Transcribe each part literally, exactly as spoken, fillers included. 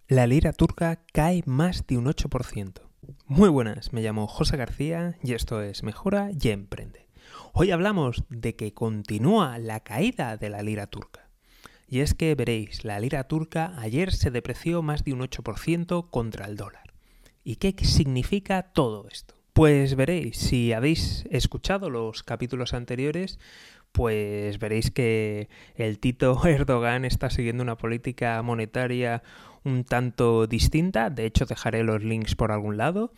La lira turca cae más de un ocho por ciento. Muy buenas, me llamo José García y esto es Mejora y Emprende. Hoy hablamos de que continúa la caída de la lira turca. Y es que veréis, la lira turca ayer se depreció más de un ocho por ciento contra el dólar. ¿Y qué significa todo esto? Pues veréis, si habéis escuchado los capítulos anteriores, pues veréis que el Tito Erdogan está siguiendo una política monetaria un tanto distinta. De hecho, dejaré los links por algún lado.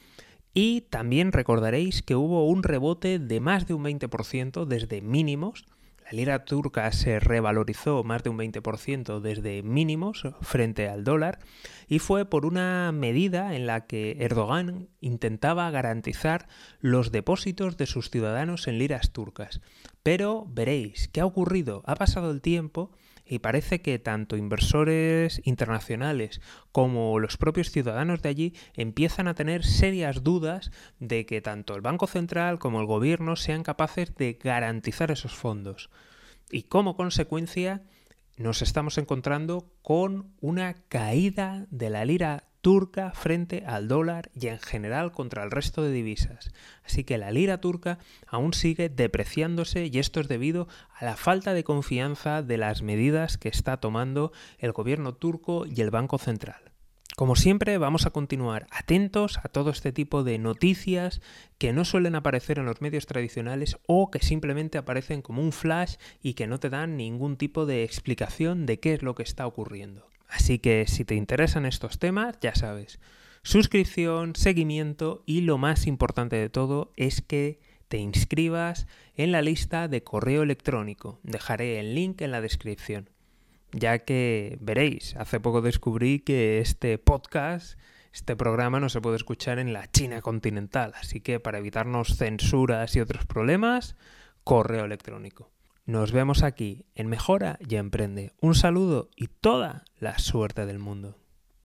Y también recordaréis que hubo un rebote de más de un veinte por ciento desde mínimos. La lira turca se revalorizó más de un veinte por ciento desde mínimos frente al dólar y fue por una medida en la que Erdogan intentaba garantizar los depósitos de sus ciudadanos en liras turcas. Pero veréis, ¿qué ha ocurrido? Ha pasado el tiempo y parece que tanto inversores internacionales como los propios ciudadanos de allí empiezan a tener serias dudas de que tanto el Banco Central como el gobierno sean capaces de garantizar esos fondos. Y como consecuencia nos estamos encontrando con una caída de la lira turca frente al dólar y en general contra el resto de divisas. Así que la lira turca aún sigue depreciándose y esto es debido a la falta de confianza de las medidas que está tomando el gobierno turco y el Banco Central. Como siempre, vamos a continuar atentos a todo este tipo de noticias que no suelen aparecer en los medios tradicionales o que simplemente aparecen como un flash y que no te dan ningún tipo de explicación de qué es lo que está ocurriendo. Así que si te interesan estos temas, ya sabes, suscripción, seguimiento y lo más importante de todo es que te inscribas en la lista de correo electrónico. Dejaré el link en la descripción. Ya que veréis, hace poco descubrí que este podcast, este programa no se puede escuchar en la China continental, así que para evitarnos censuras y otros problemas, correo electrónico. Nos vemos aquí en Mejora y Emprende. Un saludo y toda la suerte del mundo.